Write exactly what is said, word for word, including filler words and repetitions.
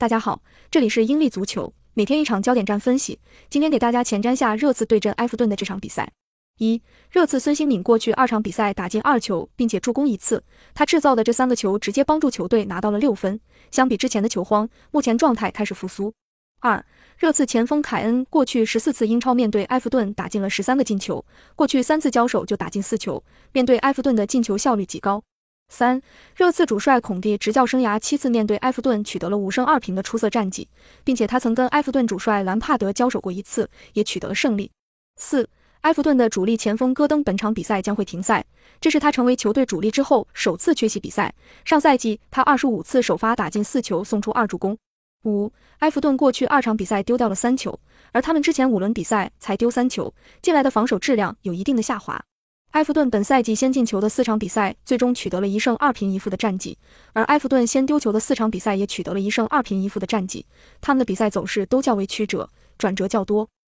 大家好，这里是英利足球，每天一场焦点战分析。今天给大家前瞻下热刺对阵埃弗顿的这场比赛。一、热刺孙兴敏过去二场比赛打进二球，并且助攻一次，他制造的这三个球直接帮助球队拿到了六分。相比之前的球荒，目前状态开始复苏。二、热刺前锋凯恩过去十四次英超面对埃弗顿打进了十三个进球，过去三次交手就打进四球，面对埃弗顿的进球效率极高。三、热刺主帅孔蒂执教生涯七次面对埃弗顿取得了五胜二平的出色战绩，并且他曾跟埃弗顿主帅兰帕德交手过一次，也取得了胜利。四、埃弗顿的主力前锋戈登本场比赛将会停赛，这是他成为球队主力之后首次缺席比赛。上赛季他二十五次首发打进四球，送出二助攻。五、埃弗顿过去二场比赛丢掉了三球，而他们之前五轮比赛才丢三球，近来的防守质量有一定的下滑。埃弗顿本赛季先进球的四场比赛最终取得了一胜二平一负的战绩，而埃弗顿先丢球的四场比赛也取得了一胜二平一负的战绩，他们的比赛走势都较为曲折，转折较多。